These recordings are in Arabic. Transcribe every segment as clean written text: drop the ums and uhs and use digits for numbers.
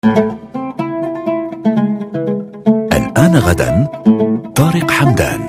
الآن غدا طارق حمدان.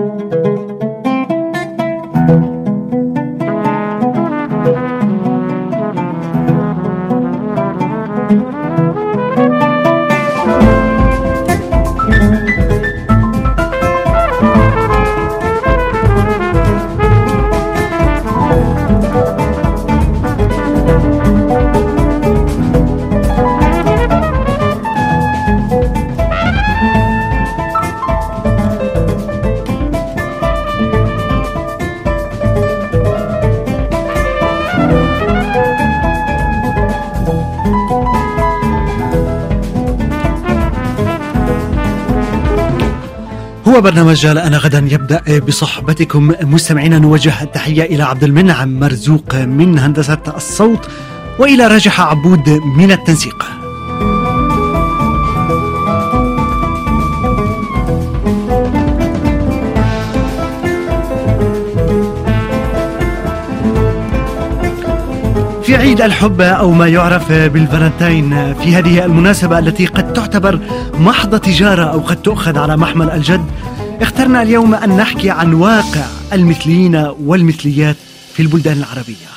هو برنامج الآن غدا يبدأ بصحبتكم مستمعينا. نوجه التحية إلى عبد المنعم مرزوق من هندسة الصوت، وإلى راجح عبود من التنسيق. في عيد الحب أو ما يعرف بالفالنتين، في هذه المناسبة التي قد تعتبر محض تجارة أو قد تؤخذ على محمل الجد، اخترنا اليوم أن نحكي عن واقع المثليين والمثليات في البلدان العربية.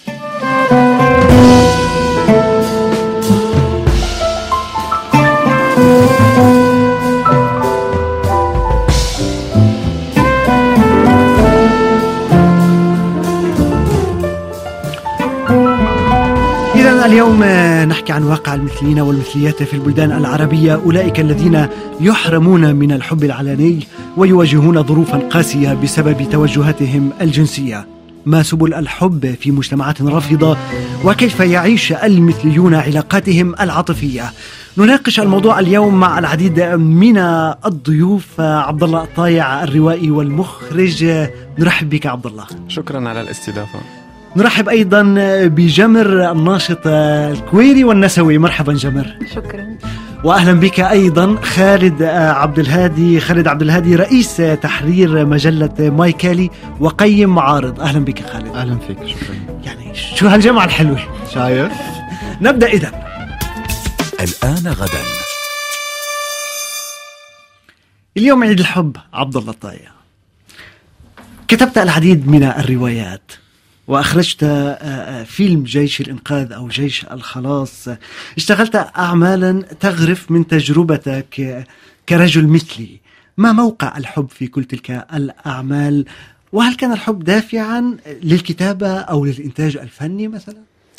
اليوم نحكي عن واقع المثليين والمثليات في البلدان العربية، أولئك الذين يحرمون من الحب العلني ويواجهون ظروفا قاسية بسبب توجهاتهم الجنسية. ما سبل الحب في مجتمعات رافضة، وكيف يعيش المثليون علاقاتهم العاطفية. نناقش الموضوع اليوم مع العديد من الضيوف. عبد الله الطايع الروائي والمخرج، نرحب بك عبد الله. شكرا على الاستضافة. نرحب أيضا بجمر الناشط الكويري والنسوي. مرحبا جمر. شكرا. وأهلا بك أيضا خالد عبد الهادي رئيس تحرير مجلة مايكالي وقيم معارض. أهلا بك خالد. أهلا فيك. شكرا. يعني شو هالجمعة الحلوة. شايف. نبدأ إذن. الآن غدا. اليوم عيد الحب. عبد الله الطايع، كتبت العديد من الروايات وأخرجت فيلم جيش الإنقاذ أو جيش الخلاص. اشتغلت أعمالا تغرف من تجربتك كرجل مثلي. ما موقع الحب في كل تلك الأعمال؟ وهل كان الحب دافعا للكتابة أو للإنتاج الفني مثلا؟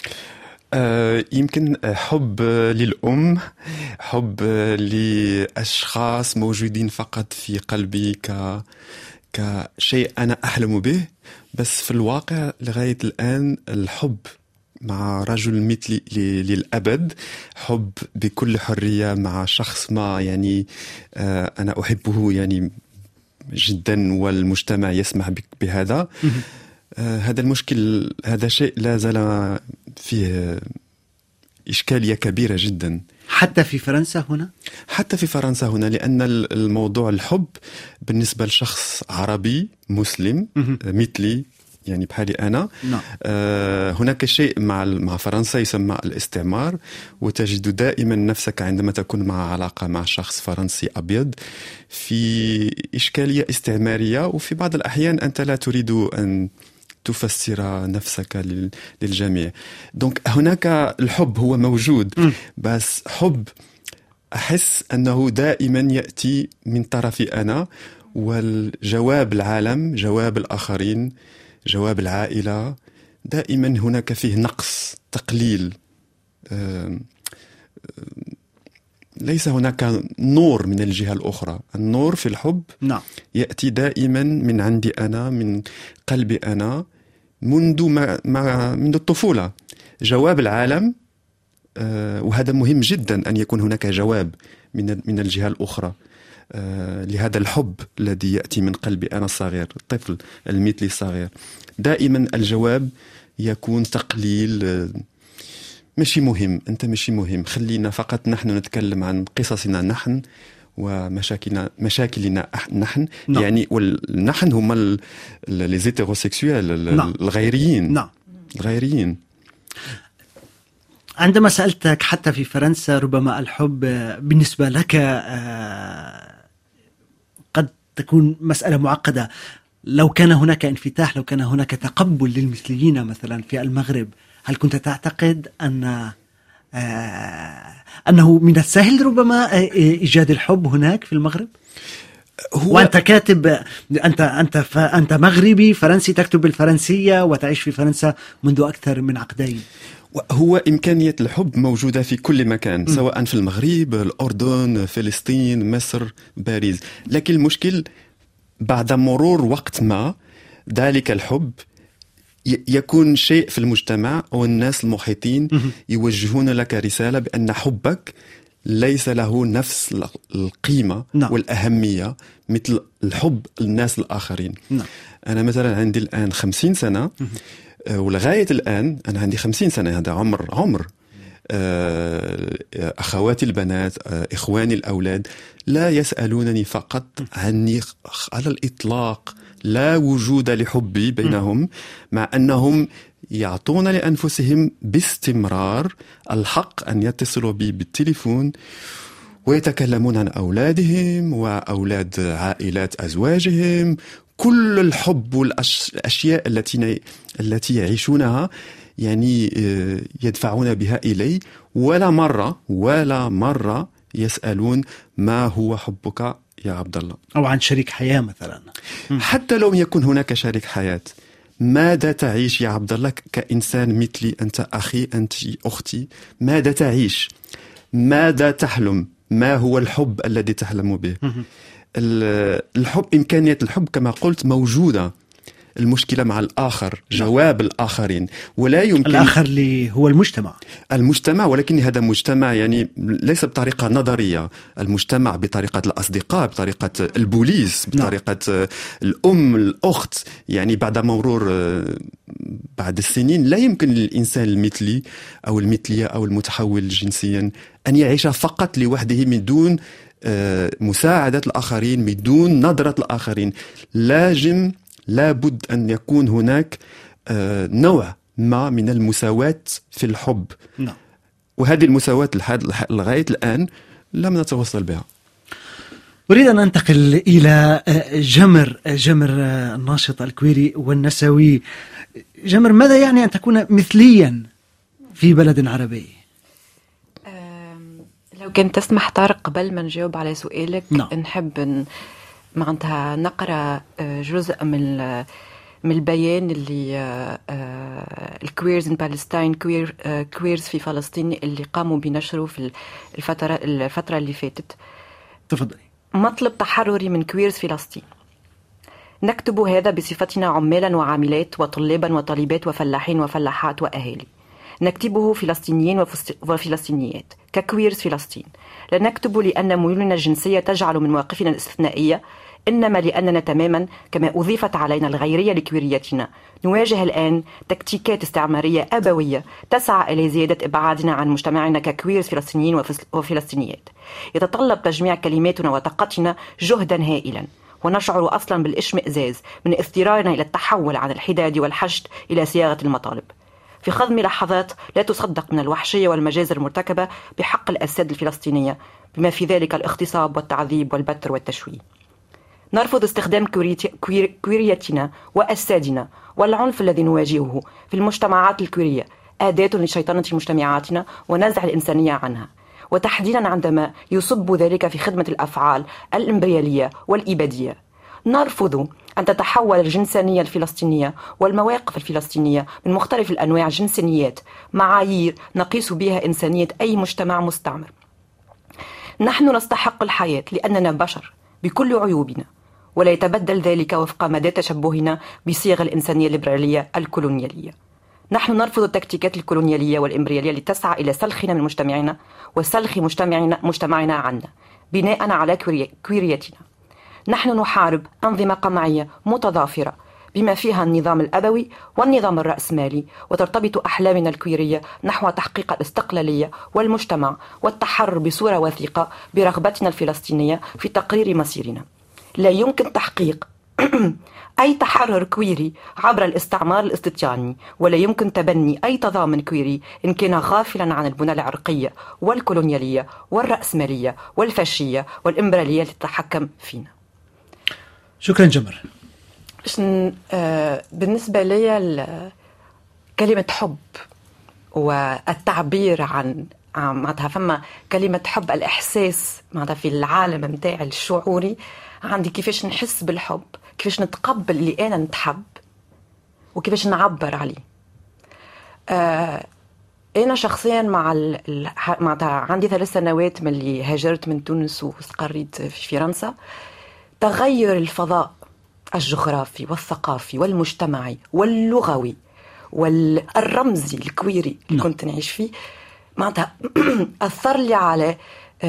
يمكن حب للأم، حب لأشخاص موجودين فقط في قلبي كشيء أنا أحلم به، بس في الواقع لغاية الآن الحب مع رجل مثلي للأبد، حب بكل حرية مع شخص ما يعني أنا أحبه يعني جدا والمجتمع يسمح بهذا. هذا المشكل، هذا شيء لا زال فيه إشكالية كبيرة جدا حتى في فرنسا هنا؟ حتى في فرنسا هنا، لأن الموضوع الحب بالنسبة لشخص عربي مسلم مثلي يعني بحالي أنا، هناك شيء مع فرنسا يسمى الاستعمار، وتجد دائما نفسك عندما تكون مع علاقة مع شخص فرنسي أبيض في إشكالية استعمارية، وفي بعض الأحيان أنت لا تريد أن تفسر نفسك للجميع. دونك هناك الحب هو موجود، بس حب أحس أنه دائما يأتي من طرفي أنا، والجواب العالم، جواب الآخرين، جواب العائلة، دائما هناك فيه نقص، تقليل. ليس هناك نور من الجهة الأخرى. النور في الحب يأتي دائما من عندي أنا، من قلبي أنا، منذ الطفولة. جواب العالم، وهذا مهم جدا أن يكون هناك جواب من الجهة الأخرى لهذا الحب الذي يأتي من قلبي أنا الصغير، الطفل المثلي الصغير. دائما الجواب يكون تقليل، ماشي مهم، أنت ماشي مهم، خلينا فقط نحن نتكلم عن قصصنا نحن ومشاكلنا نحن. يعني والنحن هم les hétérosexuels الغيريين. الغيريين. عندما سألتك حتى في فرنسا ربما الحب بالنسبة لك قد تكون مسألة معقدة. لو كان هناك انفتاح، لو كان هناك تقبل للمثليين مثلا في المغرب، هل كنت تعتقد أنه من السهل ربما إيجاد الحب هناك في المغرب؟ وأنت كاتب، أنت مغربي فرنسي، تكتب بالفرنسية وتعيش في فرنسا منذ أكثر من عقدين. هو إمكانية الحب موجودة في كل مكان، سواء في المغرب، الأردن، فلسطين، مصر، باريس. لكن المشكل بعد مرور وقت ما ذلك الحب يكون شيء في المجتمع والناس المحيطين يوجهون لك رسالة بأن حبك ليس له نفس القيمة والأهمية مثل الحب الناس الآخرين. أنا مثلا عندي الآن 50 سنة، ولغاية الآن أنا عندي 50 سنة، هذا عمر أخواتي البنات، إخواني الأولاد لا يسألونني فقط عني على الإطلاق، لا وجود لحبي بينهم، مع أنهم يعطون لأنفسهم باستمرار الحق أن يتصلوا بي بالتليفون ويتكلمون عن أولادهم وأولاد عائلات أزواجهم. كل الحب والأشياء التي يعيشونها يعني يدفعون بها إلي، ولا مرة يسألون ما هو حبك يا عبد الله، أو عن شريك حياة مثلا. حتى لو يكون هناك شريك حياة، ماذا تعيش يا عبد الله كإنسان مثلي؟ أنت أخي، أنت أختي، ماذا تعيش؟ ماذا تحلم؟ ما هو الحب الذي تحلم به؟ الحب، إمكانية الحب كما قلت موجودة. المشكلة مع الآخر، جواب الآخرين، ولا يمكن الآخر اللي هو المجتمع، ولكن هذا مجتمع يعني ليس بطريقة نظرية، المجتمع بطريقة الأصدقاء، بطريقة البوليس، بطريقة الأم، الأخت. يعني بعد مرور بعد السنين لا يمكن للإنسان المثلي أو المثلية أو المتحول جنسيا أن يعيش فقط لوحده من دون مساعدة الآخرين، من دون نظرة الآخرين. لابد أن يكون هناك نوع ما من المساواة في الحب. وهذه المساواة لغاية الآن لم نتوصل بها. أريد أن أنتقل إلى جمر الناشط الكويري والنسوي. جمر، ماذا يعني أن تكون مثليا في بلد عربي؟ لو كنت تسمح طارق، قبل ما نجاوب على سؤالك نحب معناتها نقرأ جزء من البيان اللي الكويرز ان بالستاين، كويرز في فلسطين، اللي قاموا بنشره في الفترة اللي فاتت. تفضلي. مطلب تحرري من كويرز فلسطين. نكتب هذا بصفتنا عمالا وعاملات وطلابا وطالبات وفلاحين وفلاحات وأهالي. نكتبه فلسطينيين وفلسطينيات ككويرز فلسطين. لا نكتب لأن ميولنا الجنسية تجعل من مواقفنا الاستثنائية، إنما لأننا تماما كما أضيفت علينا الغيرية لكويريتنا نواجه الآن تكتيكات استعمارية أبوية تسعى إلى زيادة إبعادنا عن مجتمعنا ككويرز فلسطينيين وفلسطينيات. يتطلب تجميع كلماتنا وطاقتنا جهدا هائلا، ونشعر أصلا بالاشمئزاز من اضطرارنا إلى التحول عن الحداد والحشد إلى صياغة المطالب. في خضم لحظات لا تصدق من الوحشية والمجازر المرتكبة بحق الأجساد الفلسطينية، بما في ذلك الاغتصاب والتعذيب والبتر والتشويه. نرفض استخدام كويريتنا وأجسادنا والعنف الذي نواجهه في المجتمعات الكويرية أداة لشيطنة مجتمعاتنا ونزع الإنسانية عنها، وتحديدا عندما يصب ذلك في خدمة الأفعال الإمبريالية والإبادية. نرفض أن تتحول الجنسانية الفلسطينية والمواقف الفلسطينية من مختلف الأنواع جنسانيات معايير نقيس بها إنسانية أي مجتمع مستعمر. نحن نستحق الحياة لأننا بشر بكل عيوبنا، ولا يتبدل ذلك وفق مدى تشبهنا بصيغ الإنسانية الليبرالية الكولونيالية. نحن نرفض التكتيكات الكولونيالية والإمبريالية التي تسعى إلى سلخنا من مجتمعنا وسلخ مجتمعنا عنا بناء على كويريتنا. نحن نحارب أنظمة قمعية متضافرة بما فيها النظام الأبوي والنظام الرأسمالي، وترتبط أحلامنا الكويرية نحو تحقيق الاستقلالية والمجتمع والتحرر بصورة وثيقة برغبتنا الفلسطينية في تقرير مصيرنا. لا يمكن تحقيق أي تحرر كويري عبر الاستعمار الاستيطاني، ولا يمكن تبني أي تضامن كويري إن كان غافلا عن البنى العرقية والكولونيالية والرأسمالية والفاشية والإمبرالية اللي تتحكم فينا. شكرا جمر. بالنسبة لي كلمة حب والتعبير عن معناتها فما كلمة حب، الإحساس معناتها في العالم متاع الشعوري عندي كيفاش نحس بالحب، كيفاش نتقبل اللي أنا نتحب وكيفاش نعبر عليه. أنا شخصيا معناتها عندي 3 سنوات من اللي هاجرت من تونس واستقريت في فرنسا، تغير الفضاء الجغرافي والثقافي والمجتمعي واللغوي والرمزي الكويري اللي كنت نعيش فيه معناتها أثر لي على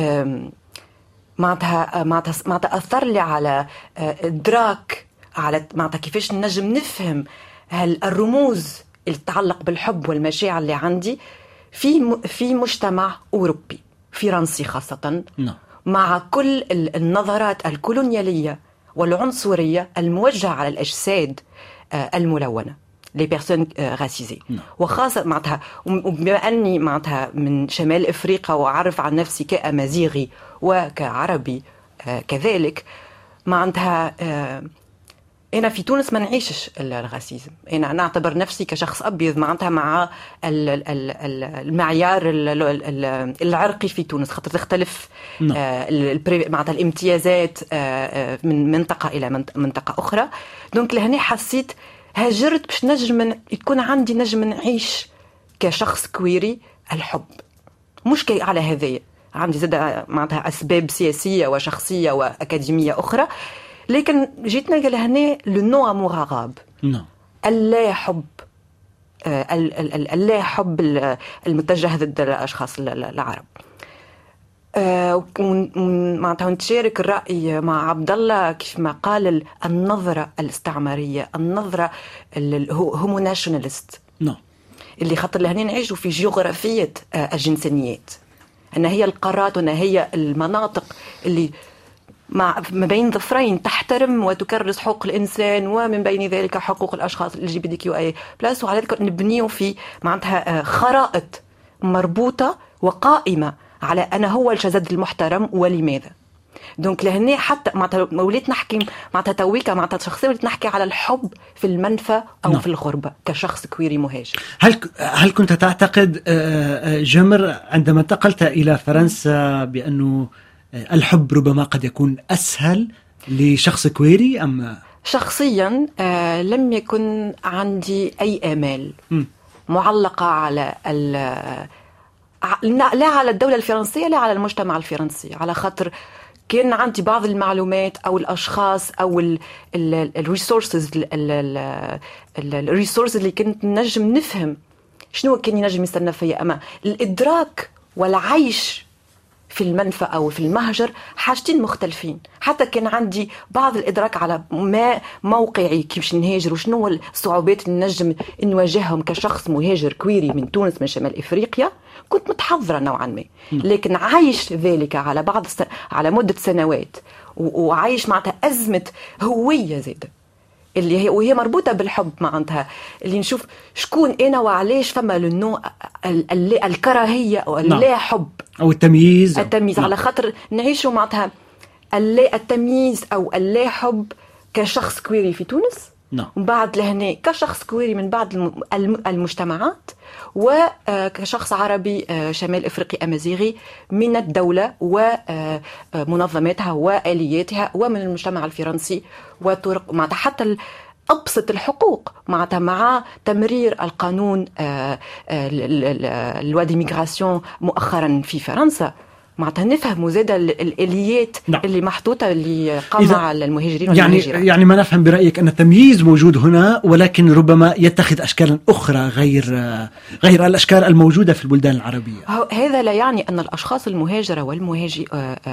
معناتها أثر لي على إدراك على معناتها كيفاش نجم نفهم الرموز اللي تتعلق بالحب والمشاعر اللي عندي في مجتمع أوروبي فرنسي خاصة، مع كل النظرات الكولونيالية والعنصرية الموجهة على الأجساد الملونة les personnes racisées. وخاصة معناتها وبما أني معناتها من شمال إفريقيا وأعرف عن نفسي كأمازيغي وكعربي كذلك، معناتها أنا في تونس ما نعيشش الراسيزم، أنا نعتبر نفسي كشخص أبيض معناتها مع المعيار العرقي في تونس، خاطر تختلف معناتها الامتيازات من منطقة إلى منطقة أخرى. دونك لهنا حسيت هاجرت باش يكون عندي نجم نعيش كشخص كويري الحب، مش على هذايا عندي زاد معناتها أسباب سياسية وشخصية وأكاديمية أخرى، لكن جيت نلقى لهنا لو امور عرب، اللا حب، اللا حب المتجه ضد الأشخاص العرب. معناتها نتشارك الرأي مع عبد الله كيف ما قال النظرة الاستعمارية، النظرة الهوموناشوناليست اللي خاطر لهنا نعيشوا في جغرافية الجنسانيات، أن هي القارات وأن هي المناطق اللي ما بين ظفرين تحترم وتكرس حقوق الإنسان، ومن بين ذلك حقوق الأشخاص LGBTQIA+، وعلى ذلك نبنيه في معناتها خرائط مربوطة وقائمة على أنا هو الجسد المحترم ولماذا. دونك لهنا حتى معناتها وليت نحكي معناتها تويكا معناتها شخصيا وليت نحكي على الحب في المنفى أو في الغربة كشخص كويري مهاجر. هل كنت تعتقد جمر عندما انتقلت إلى فرنسا بأنه الحب ربما قد يكون أسهل لشخص كويري أم؟ شخصيا لم يكن عندي أي آمال معلقة على لا على الدولة الفرنسية لا على المجتمع الفرنسي، على خاطر كان عندي بعض المعلومات أو الأشخاص أو الريسورسز اللي كنت نجم نفهم شنو كان ينجم يستنى فيا. أما الإدراك والعيش في المنفى أو في المهجر حاجتين مختلفين. حتى كان عندي بعض الإدراك على ما موقعي كيفاش نهاجر وشنو الصعوبات اللي نجم نواجههم كشخص مهاجر كويري من تونس من شمال إفريقيا، كنت متحضرة نوعا ما، لكن عايش ذلك على على مدة سنوات وعايش معناتها أزمة هوية زادة اللي هي وهي مربوطة بالحب معناتها، اللي نشوف شكون أنا وعلاش فما للنوع الكراهية أو اللا حب أو التمييز على خاطر نعيشوا معناتها التمييز أو اللا حب كشخص كويري في تونس، وبعد لهنا كشخص كويري من بعض المجتمعات، وكشخص عربي شمال إفريقي أمازيغي من الدولة ومنظماتها وآلياتها ومن المجتمع الفرنسي وطرق معناتها حتى أبسط الحقوق معناتها مع تمرير القانون لوا دي ميغراسيون مؤخرا في فرنسا، معناتها نفهم زادة الآليات اللي محطوطة اللي قام على المهاجرين والمهاجرات. يعني ما نفهم برأيك أن التمييز موجود هنا، ولكن ربما يتخذ أشكالا أخرى غير الأشكال الموجودة في البلدان العربية. هذا لا يعني أن الأشخاص المهاجرة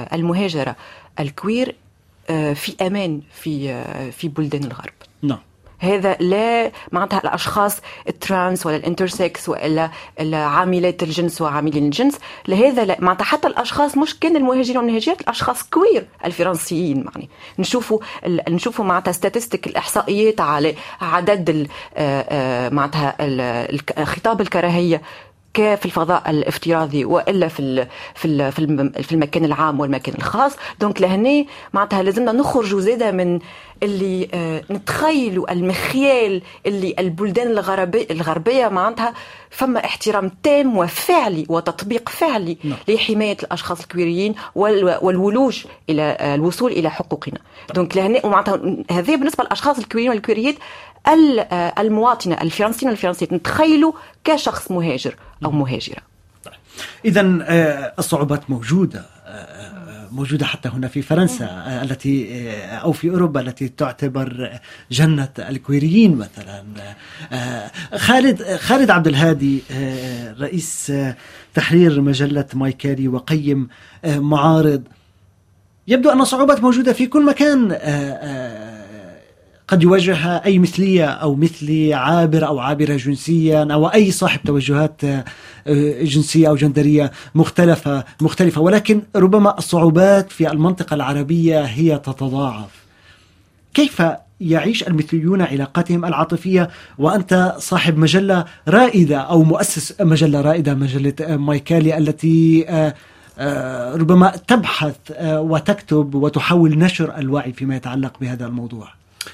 المهاجرة الكوير في أمان في بلدان الغرب. هذا لا معناتها الأشخاص الترانس ولا الانترسكس ولا عاملات الجنس وعاملين الجنس، لهذا لا معناتها حتى الأشخاص مش كان المهاجرين والمهاجرات، الأشخاص كوير الفرنسيين يعني نشوفوا معناتها ستاتستيك الإحصائيات على عدد معناتها خطاب الكراهية في الفضاء الافتراضي وإلا في المكان العام والمكان الخاص. دونك لهنا معناتها لازمنا نخرجوا زاده من اللي نتخيلوا المخيال اللي البلدان الغربية معناتها فما احترام تام وفعلي وتطبيق فعلي لحماية الأشخاص الكويريين والولوج إلى الوصول إلى حقوقنا. دونك لهنا ومعناتها هذه بالنسبة للأشخاص الكويريين والكويريات المواطنة الفرنسيين والفرنسيات نتخيلوا كشخص مهاجر أو مهاجرة. إذن الصعوبات موجودة حتى هنا في فرنسا التي أو في أوروبا التي تعتبر جنة الكويريين مثلا. خالد عبد الهادي رئيس تحرير مجلة مايكالي وقيم معارض، يبدو أن الصعوبات موجودة في كل مكان قد يواجهها أي مثلية أو مثلي عابر أو عابرة جنسيا أو أي صاحب توجهات جنسية أو جندرية مختلفة، ولكن ربما الصعوبات في المنطقة العربية هي تتضاعف. كيف يعيش المثليون علاقاتهم العاطفية وأنت صاحب مجلة رائدة أو مؤسس مجلة رائدة، مجلة مايكالي التي ربما تبحث وتكتب وتحاول نشر الوعي فيما يتعلق بهذا الموضوع؟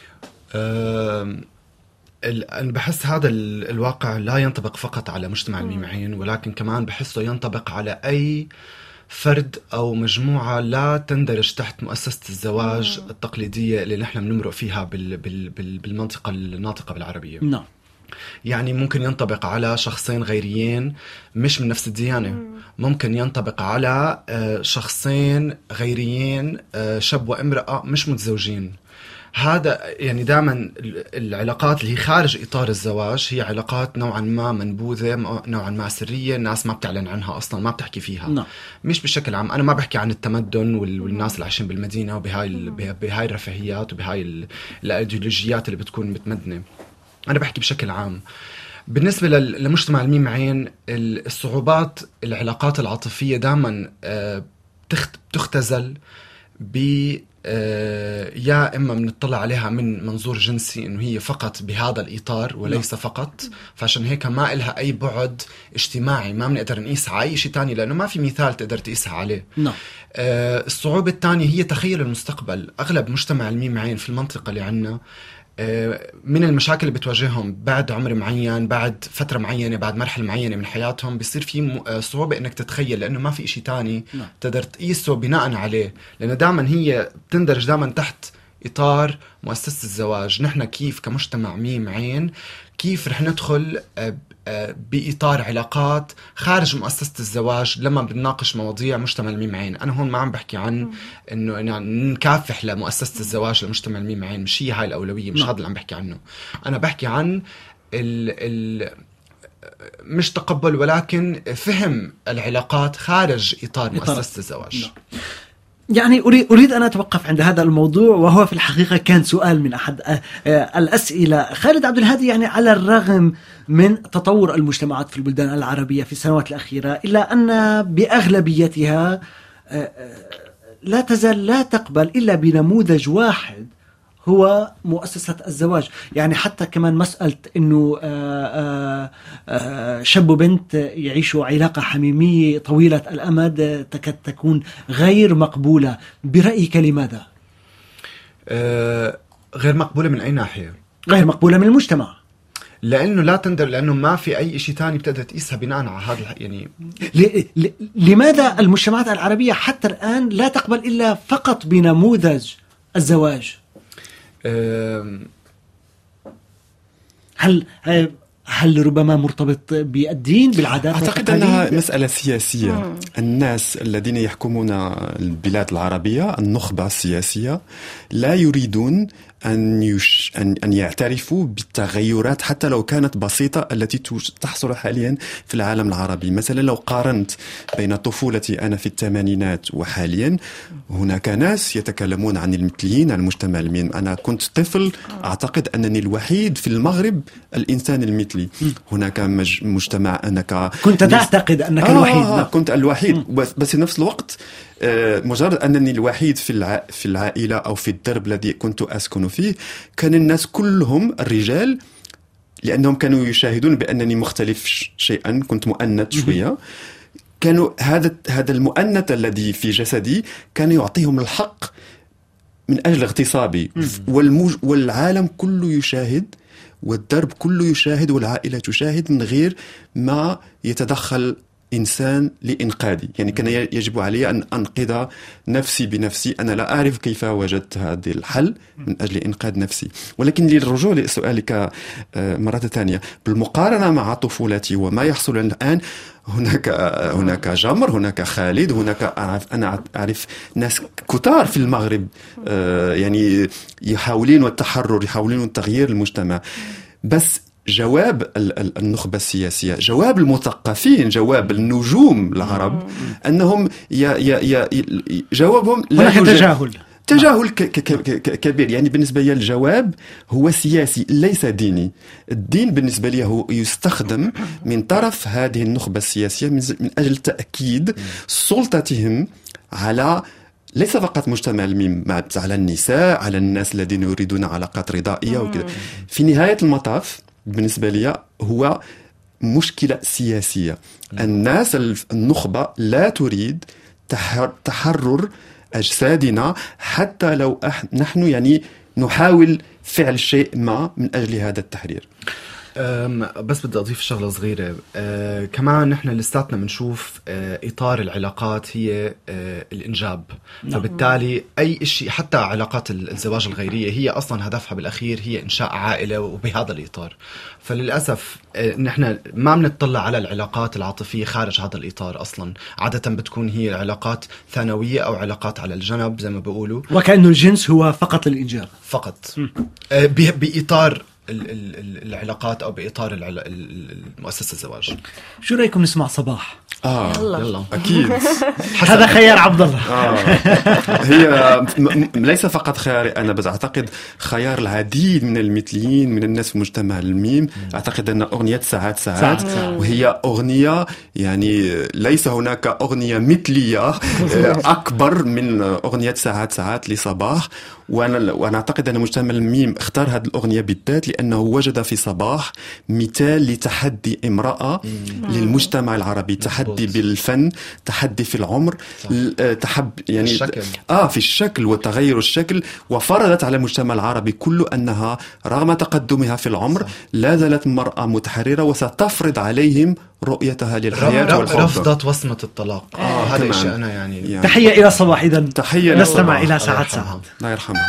أنا بحس هذا الواقع لا ينطبق فقط على مجتمع الميمعين، ولكن كمان بحسه ينطبق على أي فرد أو مجموعة لا تندرج تحت مؤسسة الزواج التقليدية اللي نحن بنمرق فيها بالمنطقة الناطقة بالعربية. نعم. يعني ممكن ينطبق على شخصين غيريين مش من نفس الديانة، ممكن ينطبق على شخصين غيريين شاب وامرأة مش متزوجين. هذا يعني دائما العلاقات اللي هي خارج إطار الزواج هي علاقات نوعا ما منبوذة، نوعا ما سرية، الناس ما بتعلن عنها أصلا، ما بتحكي فيها. مش بشكل عام. أنا ما بحكي عن التمدن والناس اللي عايشين بالمدينة وبهاي الرفاهيات وبهاي الأيديولوجيات اللي بتكون متمدنة. أنا بحكي بشكل عام. بالنسبة لمجتمع الميمعين الصعوبات العلاقات العاطفية دائما بتختزل يا إما بنطلع عليها من منظور جنسي إنه هي فقط بهذا الإطار وليس فقط، فعشان هيك ما إلها أي بعد اجتماعي، ما بنقدر نقيسها على أي شيء تاني لأنه ما في مثال تقدر تقيسها عليه. الصعوبة الثانية هي تخيل المستقبل. أغلب مجتمع الميمعين في المنطقة اللي عنا من المشاكل اللي بتواجههم بعد عمر معين، بعد فترة معينة، بعد مرحلة معينة من حياتهم، بيصير في صعوبة إنك تتخيل لأنه ما في إشي تاني تقدر تقيسه بناء عليه، لأنه دائما هي بتندرج دائما تحت إطار مؤسسة الزواج. نحن كيف كمجتمع ميمعين كيف رح ندخل بإطار علاقات خارج مؤسسة الزواج لما بنناقش مواضيع مجتمع الميمعين؟ أنا هون ما عم بحكي عن إنه يعني نكافح لمؤسسة الزواج لمجتمع الميمعين، مش هي هاي الأولوية، مش هذا اللي عم بحكي عنه. أنا بحكي عن مش تقبل ولكن فهم العلاقات خارج إطار مؤسسة الزواج. يعني أريد أن أتوقف عند هذا الموضوع، وهو في الحقيقة كان سؤال من أحد الأسئلة. خالد عبد الهادي، يعني على الرغم من تطور المجتمعات في البلدان العربية في السنوات الأخيرة، إلا أن بأغلبيتها لا تزال لا تقبل إلا بنموذج واحد هو مؤسسة الزواج. يعني حتى كمان مسألة أنه شاب وبنت يعيشوا علاقة حميمية طويلة الأمد تكاد تكون غير مقبولة. برأيك لماذا؟ غير مقبولة من أي ناحية؟ غير مقبولة من المجتمع، لأنه لا تندر، لأنه ما في أي شيء تاني بتقدر تقيسها بناء على هذا. يعني لماذا المجتمعات العربية حتى الآن لا تقبل إلا فقط بنموذج الزواج؟ هل ربما مرتبط بالدين، بالعادات؟ أعتقد أنها مسألة سياسية. الناس الذين يحكمون البلاد العربية، النخبة السياسية، لا يريدون أن يعترفوا بالتغيرات حتى لو كانت بسيطة التي تحصل حاليا في العالم العربي. مثلا لو قارنت بين طفولتي أنا في الثمانينات وحاليا، هناك ناس يتكلمون عن المثليين، عن المجتمع المثلي. أنا كنت طفل أعتقد أنني الوحيد في المغرب الإنسان المثلي. هناك مجتمع أنك كنت تعتقد أنك الوحيد. كنت الوحيد، بس في نفس الوقت مجرد أنني الوحيد في العائلة أو في الدرب الذي كنت أسكن فيه، كان الناس كلهم الرجال، لأنهم كانوا يشاهدون بأنني مختلف شيئا، كنت مؤنث شوية. كانوا هذا المؤنث الذي في جسدي كان يعطيهم الحق من أجل اغتصابي. والعالم كله يشاهد، والدرب كله يشاهد، والعائلة تشاهد من غير ما يتدخل إنسان لإنقاذي. يعني كان يجب علي أن أنقذ نفسي بنفسي. أنا لا أعرف كيف وجدت هذا الحل من أجل إنقاذ نفسي. ولكن للرجوع لسؤالك مرة ثانية، بالمقارنة مع طفولتي وما يحصل الآن، هناك جمر، هناك خالد، أنا أعرف ناس كتار في المغرب يعني يحاولون التحرر، يحاولون تغيير المجتمع. بس جواب النخبة السياسية، جواب المثقفين، جواب النجوم العرب أنهم جوابهم لا يوجد تجاهل كبير. يعني بالنسبة لي الجواب هو سياسي ليس ديني. الدين بالنسبة لي هو يستخدم من طرف هذه النخبة السياسية من أجل تأكيد سلطتهم على ليس فقط مجتمع الميم، على النساء، على الناس الذين يريدون علاقات رضائية وكذا. في نهاية المطاف بالنسبة لي هو مشكلة سياسية. الناس النخبة لا تريد تحرر أجسادنا، حتى لو نحن يعني نحاول فعل شيء ما من أجل هذا التحرير. بس بدي أضيف شغلة صغيرة. كمان نحن لساتنا بنشوف إطار العلاقات هي الإنجاب. فبالتالي أي شيء، حتى علاقات الزواج الغيرية، هي أصلا هدفها بالأخير هي إنشاء عائلة وبهذا الإطار. فللأسف نحن ما بنطلع على العلاقات العاطفية خارج هذا الإطار أصلا. عادة بتكون هي علاقات ثانوية أو علاقات على الجنب زي ما بيقولوا، وكأنه الجنس هو فقط الإنجاب فقط بإطار العلاقات أو بإطار المؤسسة الزواج. شو رأيكم نسمع صباح؟ يلا أكيد. هذا خيار عبد الله. هي ليس فقط خياري أنا، بس أعتقد خيار العديد من المثليين، من الناس في مجتمع الميم. أعتقد أن أغنية ساعات وهي أغنية يعني ليس هناك أغنية مثلية أكبر من أغنية ساعات لصباح. وأنا أعتقد أن مجتمع الميم اختار هذه الأغنية بالذات لأنه وجد في صباح مثال لتحدي امرأة للمجتمع العربي. تحدي بالفن، تحدي في العمر، يعني الشكل. في الشكل وتغير الشكل. وفرضت على المجتمع العربي كله أنها رغم تقدمها في العمر لا زالت مرأة متحررة، وستفرض عليهم رؤيتها للحياة والحب. رفضت وصمة الطلاق. هذا الشيء أنا يعني تحية إلى صباح. إذن تحية نستمع إلى ساعات. الله يرحمها.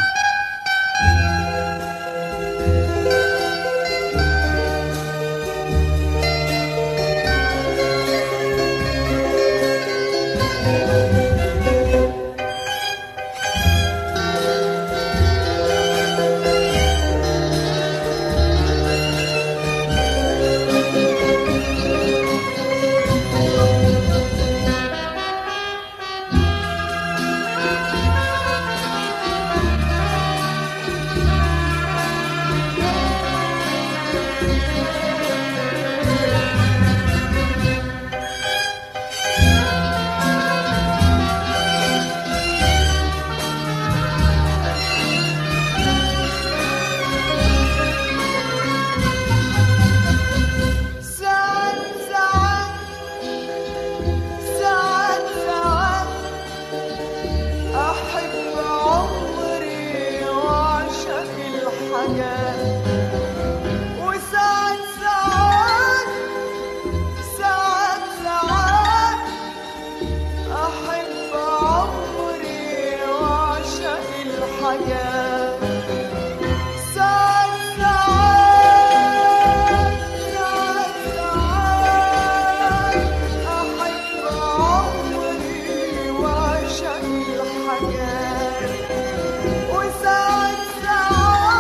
وساعات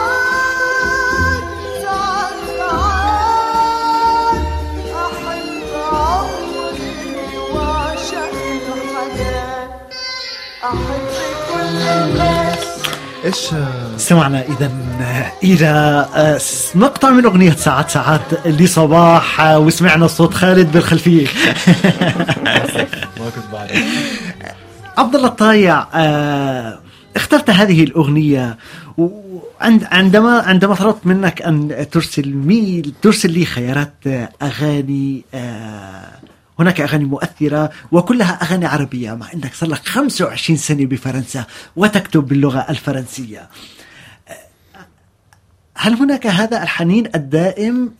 ايش سمعنا إذا إلى مقطع من أغنية ساعات ساعات لصباح، وسمعنا صوت خالد بالخلفية. ما كنت بعرف. عبد الله الطايع، اخترت هذه الأغنية عندما طلبت منك أن ترسل لي خيارات أغاني. هناك أغاني مؤثرة وكلها أغاني عربية، مع أنك صار لك 25 سنة بفرنسا وتكتب باللغة الفرنسية. هل هناك هذا الحنين الدائم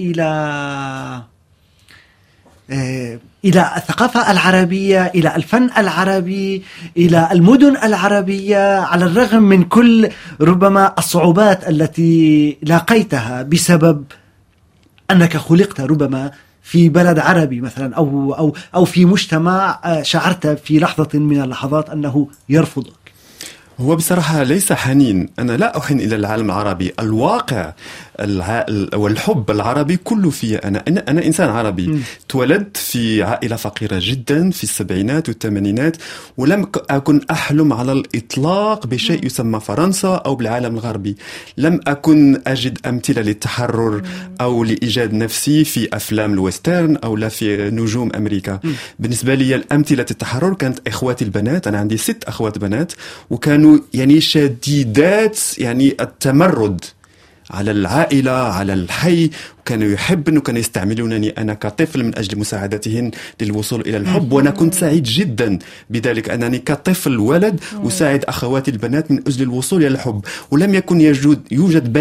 إلى الثقافة العربية، إلى الفن العربي، إلى المدن العربية، على الرغم من كل ربما الصعوبات التي لاقيتها بسبب أنك خلقت ربما في بلد عربي مثلا أو في مجتمع شعرت في لحظة من اللحظات أنه يرفضك؟ هو بصراحة ليس حنين، أنا لا أحن إلى العالم العربي، الواقع والحب العربي كله في أنا إنسان عربي. تولدت في عائلة فقيرة جدا في السبعينات والثمانينات، ولم أكن أحلم على الإطلاق بشيء يسمى فرنسا أو بالعالم الغربي. لم أكن أجد أمثلة للتحرر أو لإيجاد نفسي في أفلام الويسترن أو لا في نجوم أمريكا. بالنسبة لي الأمثلة التحرر كانت إخواتي البنات، أنا عندي 6 أخوات بنات، وكانوا يعني شديدات يعني التمرد على العائلة على الحي، وكانوا يحبون وكانوا يستعملونني أنا كطفل من أجل مساعدتهم للوصول إلى الحب. وأنا كنت سعيد جدا بذلك، أنني كطفل ولد أساعد أخواتي البنات من أجل الوصول إلى الحب. ولم يكن يوجد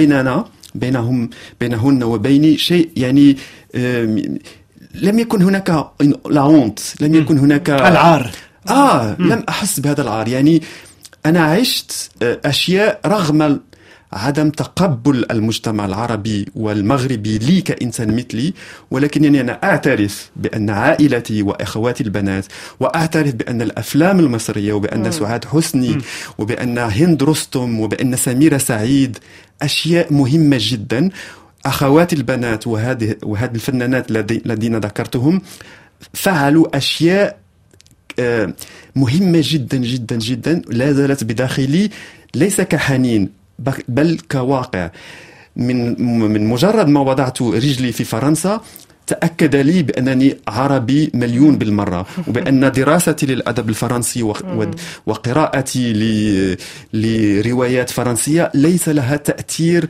بينهن وبيني شيء يعني لم يكن هناك لعنت، لم يكن هناك العار. لم أحس بهذا العار. يعني أنا عشت أشياء رغم عدم تقبل المجتمع العربي والمغربي لي كإنسان مثلي، ولكنني أنا أعترف بأن عائلتي وأخواتي البنات، وأعترف بأن الأفلام المصرية وبأن سعاد حسني وبأن هند رستم وبأن سميرة سعيد أشياء مهمة جدا. أخواتي البنات وهذه الفنانات الذين ذكرتهم فعلوا أشياء مهمة جدا جدا جدا لا زالت بداخلي، ليس كحنين بل كواقع. من مجرد ما وضعت رجلي في فرنسا تأكد لي بأنني عربي مليون بالمرة، وبأن دراستي للأدب الفرنسي وقراءتي لروايات فرنسية ليس لها تأثير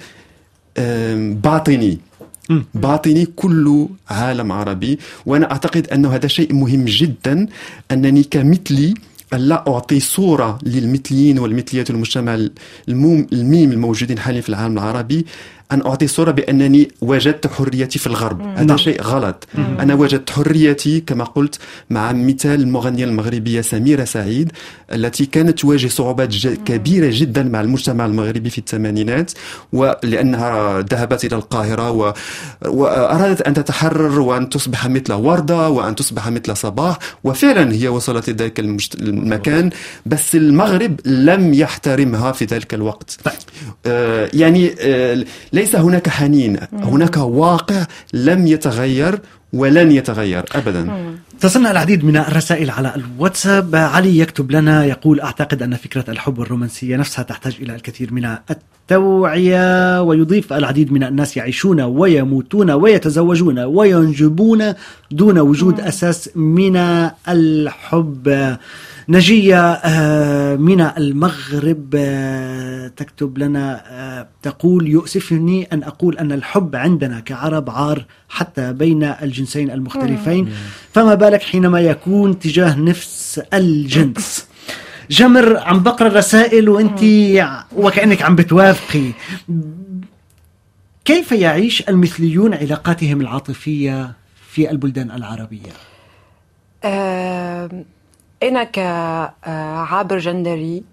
باطني كل عالم عربي. وأنا أعتقد أن هذا شيء مهم جدا، أنني كمثلي لا أعطي صورة للمثليين والمثليات المجتمع الميم الموجودين حاليا في العالم العربي، أن أعطي صورة بأنني وجدت حريتي في الغرب. هذا شيء غلط. أنا وجدت حريتي كما قلت مع مثال المغنية المغربية سميرة سعيد التي كانت تواجه صعوبات كبيرة جدا مع المجتمع المغربي في الثمانينات، ولأنها ذهبت إلى القاهرة وأرادت أن تتحرر وأن تصبح مثل وردة وأن تصبح مثل صباح، وفعلا هي وصلت لذلك المكان، بس المغرب لم يحترمها في ذلك الوقت. يعني ليس هناك حنين، هناك واقع لم يتغير ولن يتغير أبدا. تصلنا العديد من الرسائل على الواتساب. علي يكتب لنا يقول: أعتقد أن فكرة الحب والرومانسية نفسها تحتاج إلى الكثير من التوعية. ويضيف: العديد من الناس يعيشون ويموتون ويتزوجون وينجبون دون وجود أساس من الحب. نجية من المغرب تكتب لنا تقول: يؤسفني أن أقول أن الحب عندنا كعرب عار حتى بين الجنسين المختلفين، فما بالك حينما يكون تجاه نفس الجنس. جمر عم بقرأ الرسائل وانتي وكأنك عم بتوافقي. كيف يعيش المثليون علاقاتهم العاطفية في البلدان العربية؟ أنا كعابر جندري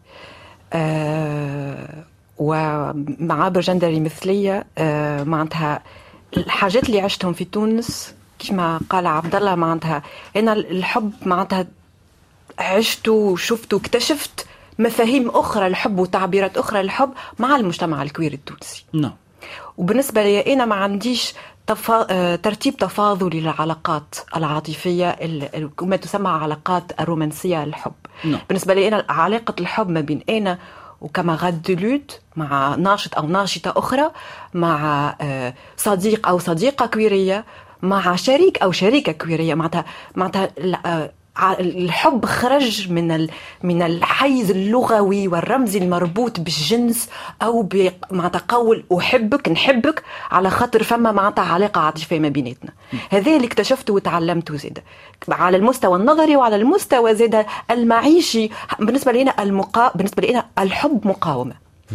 ومعابر جندري مثلية، معناتها الحاجات اللي عشتهم في تونس كما قال عبد الله، معناتها أنا الحب معناتها عشت وشفت واكتشفت مفاهيم أخرى الحب وتعبيرات أخرى للحب مع المجتمع الكويري التونسي. نعم. وبالنسبة لي أنا ما عنديش ترتيب تفاضلي للعلاقات العاطفية ما تسمى علاقات الرومانسية الحب. بالنسبة لي أنا علاقة الحب ما بين أنا وكاماراد دولوت مع ناشط أو ناشطة أخرى، مع صديق أو صديقة كويرية، مع شريك أو شريكة كويرية، معناتها الحب خرج من الحيز اللغوي والرمزي المربوط بالجنس أو معناتها قول أحبك نحبك على خاطر فما معناتها علاقة عاطفية ما بيناتنا. هذا اللي اكتشفته وتعلمته زيادة على المستوى النظري وعلى المستوى زيادة المعيشي. بالنسبة لنا الحب مقاومة.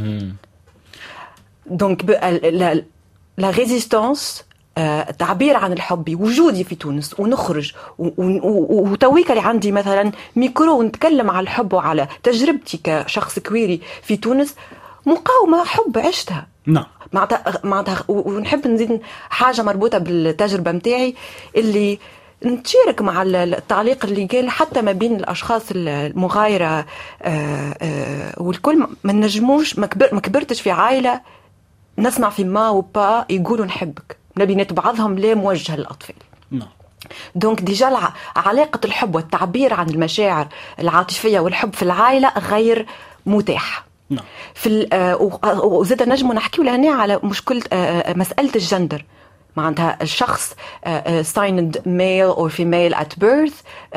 دونك لا ريزيستانس، تعبير عن الحب، وجودي في تونس ونخرج وتويك اللي عندي مثلا ميكرو ونتكلم على الحب وعلى تجربتي كشخص كويري في تونس، مقاومة حب عشتها. نعم. معناتها ونحب نزيد حاجة مربوطة بالتجربة متاعي اللي نتشارك مع التعليق اللي قال حتى ما بين الأشخاص المغايرة والكل ما نجموش. ما كبرتش في عائلة نسمع في ما وبا يقولوا نحبك بينات بعضهم لا موجهة للأطفال. دونك ديجا علاقة الحب والتعبير عن المشاعر العاطفية والحب في العائلة غير متاح. في وزاد نجم نحكي لهنا على مشكلة مسألة الجندر، معناتها الشخص signed male or female at birth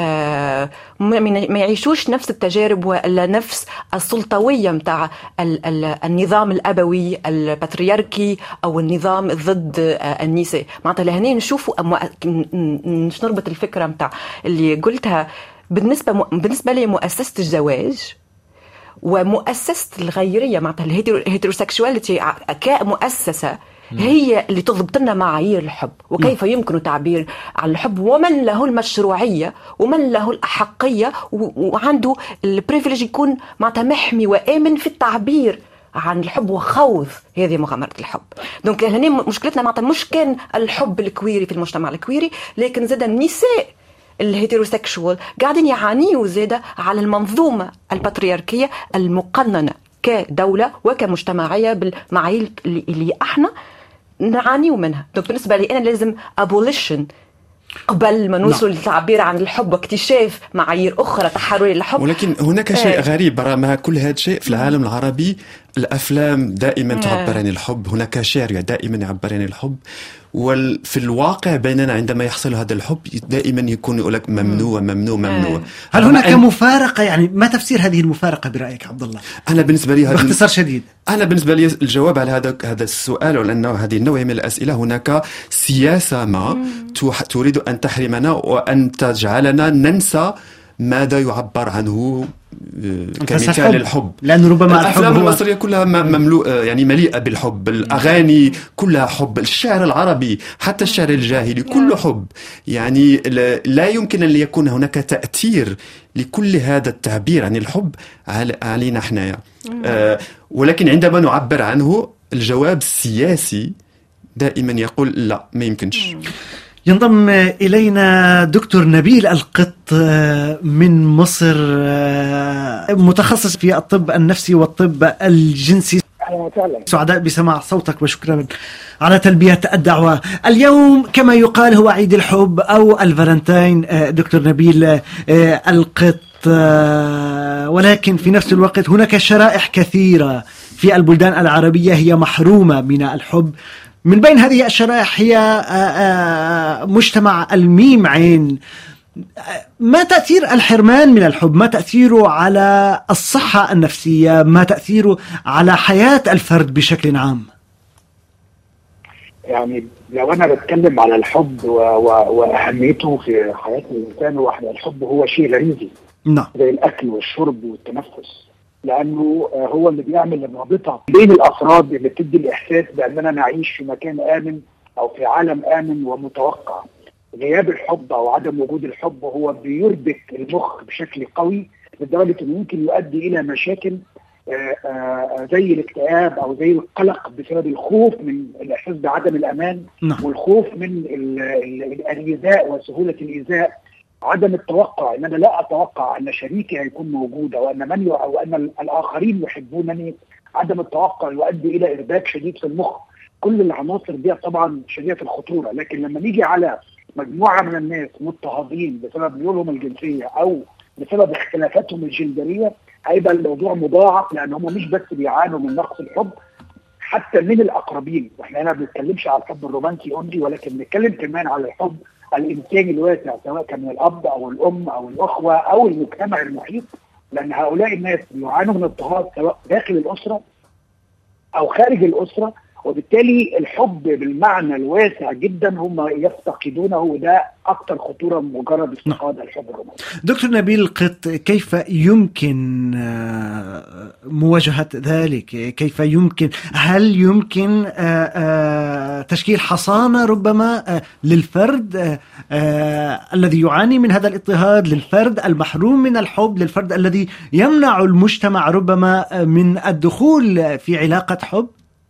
ما يعيشوش نفس التجارب ولا نفس السلطوية متاع النظام الأبوي الباترياركي أو النظام ضد النساء. معناتها لهنا نشوفوا نربط الفكرة متاع اللي قلتها بالنسبة لي مؤسسة الزواج ومؤسسة الغيرية، معناتها الهيتروسكشواليتي كمؤسسة هي اللي تضبط لنا معايير الحب وكيف يمكن التعبير عن الحب، ومن له المشروعية ومن له الأحقية وعنده البريفيليج يكون معناتها محمي وآمن في التعبير عن الحب وخوض هذه مغامرة الحب. دونك هنا مشكلتنا معناتها مش كان الحب الكويري في المجتمع الكويري، لكن زاد النساء الهيتروسكشوال قاعدين يعانيوا زادة على المنظومة الباترياركية المقننة كدولة وكمجتمعية بالمعايير اللي احنا نعانيوا منها. دونك بالنسبة لي أنا لازم abolition قبل ما نوصل للتعبير عن الحب واكتشاف معايير أخرى تحرر الحب. ولكن هناك شيء غريب مع كل هذا الشيء في العالم العربي. الأفلام دائما تعبر عن الحب، هناك شعر دائما يعبر عن الحب، وفي الواقع بيننا عندما يحصل هذا الحب دائما يكون يقول لك ممنوع ممنوع ممنوع. هل هناك مفارقة؟ يعني ما تفسير هذه المفارقة برأيك عبد الله؟ أنا بالنسبة لي باختصار شديد، أنا بالنسبة لي الجواب على هذا السؤال ولأنه هذه النوع من الأسئلة هناك سياسة ما تريد أن تحرمنا وأن تجعلنا ننسى ماذا يعبر عنه كمثال الحب. لأن ربما الأفلام المصرية كلها يعني مليئة بالحب، الأغاني كلها حب، الشعر العربي حتى الشعر الجاهلي كله حب. يعني لا يمكن أن يكون هناك تأثير لكل هذا التعبير عن الحب علينا حنايا. ولكن عندما نعبر عنه الجواب السياسي دائما يقول لا ما يمكنش. ينضم إلينا دكتور نبيل القط من مصر، متخصص في الطب النفسي والطب الجنسي. سعداء بسماع صوتك وشكرا على تلبية الدعوة. اليوم كما يقال هو عيد الحب أو الفالنتين دكتور نبيل القط، ولكن في نفس الوقت هناك شرائح كثيرة في البلدان العربية هي محرومة من الحب. من بين هذه الشرائح هي مجتمع الميم عين. ما تأثير الحرمان من الحب؟ ما تأثيره على الصحة النفسية؟ ما تأثيره على حياة الفرد بشكل عام؟ يعني لو أنا بتكلم على الحب وأهميته في حياة الإنسان، الحب هو شيء غريزي زي الأكل والشرب والتنفس، لأنه هو اللي بيعمل الرابطة بين الأفراد اللي بتدي الإحساس بأننا نعيش في مكان آمن أو في عالم آمن ومتوقع. غياب الحب أو عدم وجود الحب هو بيربك المخ بشكل قوي لدرجة أنه ممكن يؤدي إلى مشاكل زي الاكتئاب أو زي القلق بسبب الخوف من الإحساس بعدم الأمان والخوف من الإيذاء وسهولة الإيذاء، عدم التوقع ان انا لا اتوقع ان شريكي هيكون موجود او ان الاخرين يحبونني. عدم التوقع يؤدي الى ارباك شديد في المخ كل العناصر دي طبعا شديدة الخطورة. لكن لما نيجي على مجموعة من الناس مضطهدين بسبب ميولهم الجنسية أو بسبب اختلافاتهم الجندرية، هيبقى الموضوع مضاعف، لأن هم مش بس بيعانوا من نقص الحب حتى من الأقربين. واحنا هنا ما بنتكلمش على الحب الرومانسي أونلي، ولكن بنتكلم كمان على الحب الإنساني الواسع، سواء كان من الأب أو الأم أو الأخوة أو المجتمع المحيط. لأن هؤلاء الناس بيعانوا من اضطهاد سواء داخل الأسرة أو خارج الأسرة، وبالتالي الحب بالمعنى الواسع جدا هم يفتقدونه، وده أكثر خطورة من مجرد افتقاد الحب الرومانسي. دكتور نبيل القط، كيف يمكن مواجهة ذلك؟ كيف يمكن، هل يمكن تشكيل حصانة ربما للفرد الذي يعاني من هذا الاضطهاد، للفرد المحروم من الحب، للفرد الذي يمنع المجتمع ربما من الدخول في علاقة حب؟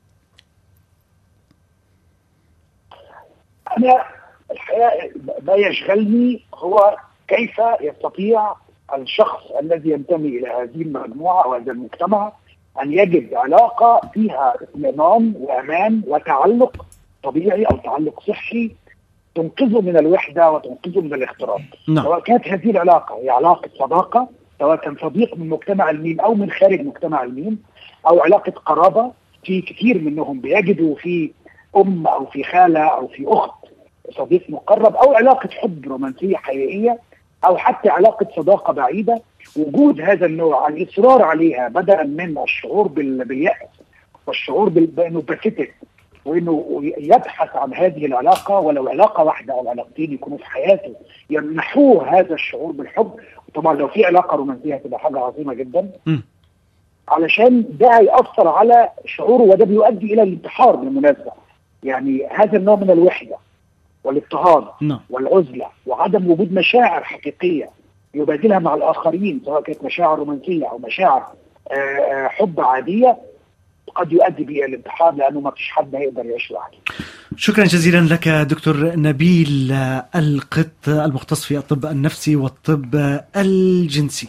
أنا الحقيقة ما يشغلني هو كيف يستطيع الشخص الذي ينتمي إلى هذه المجموعة أو هذا المجتمع أن يجد علاقة فيها اطمئنان وأمان وتعلق طبيعي أو تعلق صحي تنقذه من الوحدة وتنقذه من الاختراق. سواء كانت هذه العلاقة هي علاقة صداقة، سواء كان صديق من مجتمع الميم أو من خارج مجتمع الميم، أو علاقة قرابة. في كثير منهم بيجدوا في أم أو في خالة أو في أخت صديق مقرب، أو علاقة حب رومانسية حقيقية، أو حتى علاقة صداقة بعيدة. وجود هذا النوع، الإصرار عليها بدلا من الشعور باليأس والشعور بأنه باثيتك، وأنه يبحث عن هذه العلاقة ولو علاقة واحدة أو علاقتين يكونوا في حياته يمنحوه هذا الشعور بالحب. وطبعا لو في علاقة رومانسية هتبقى حاجة عظيمة جدا، علشان ده هيأثر على شعوره، وده بيؤدي إلى الانتحار بالمناسبة. يعني هذا النوع من الوحدة والاضطهاد والعزلة وعدم وجود مشاعر حقيقية يبادلها مع الآخرين، سواء كانت مشاعر رومانسية أو مشاعر حب عادية، قد يؤدي به الانتحار، لأنه ما فيش حد هيقدر يعيش لوحده. شكرا جزيلا لك دكتور نبيل القط، المختص في الطب النفسي والطب الجنسي.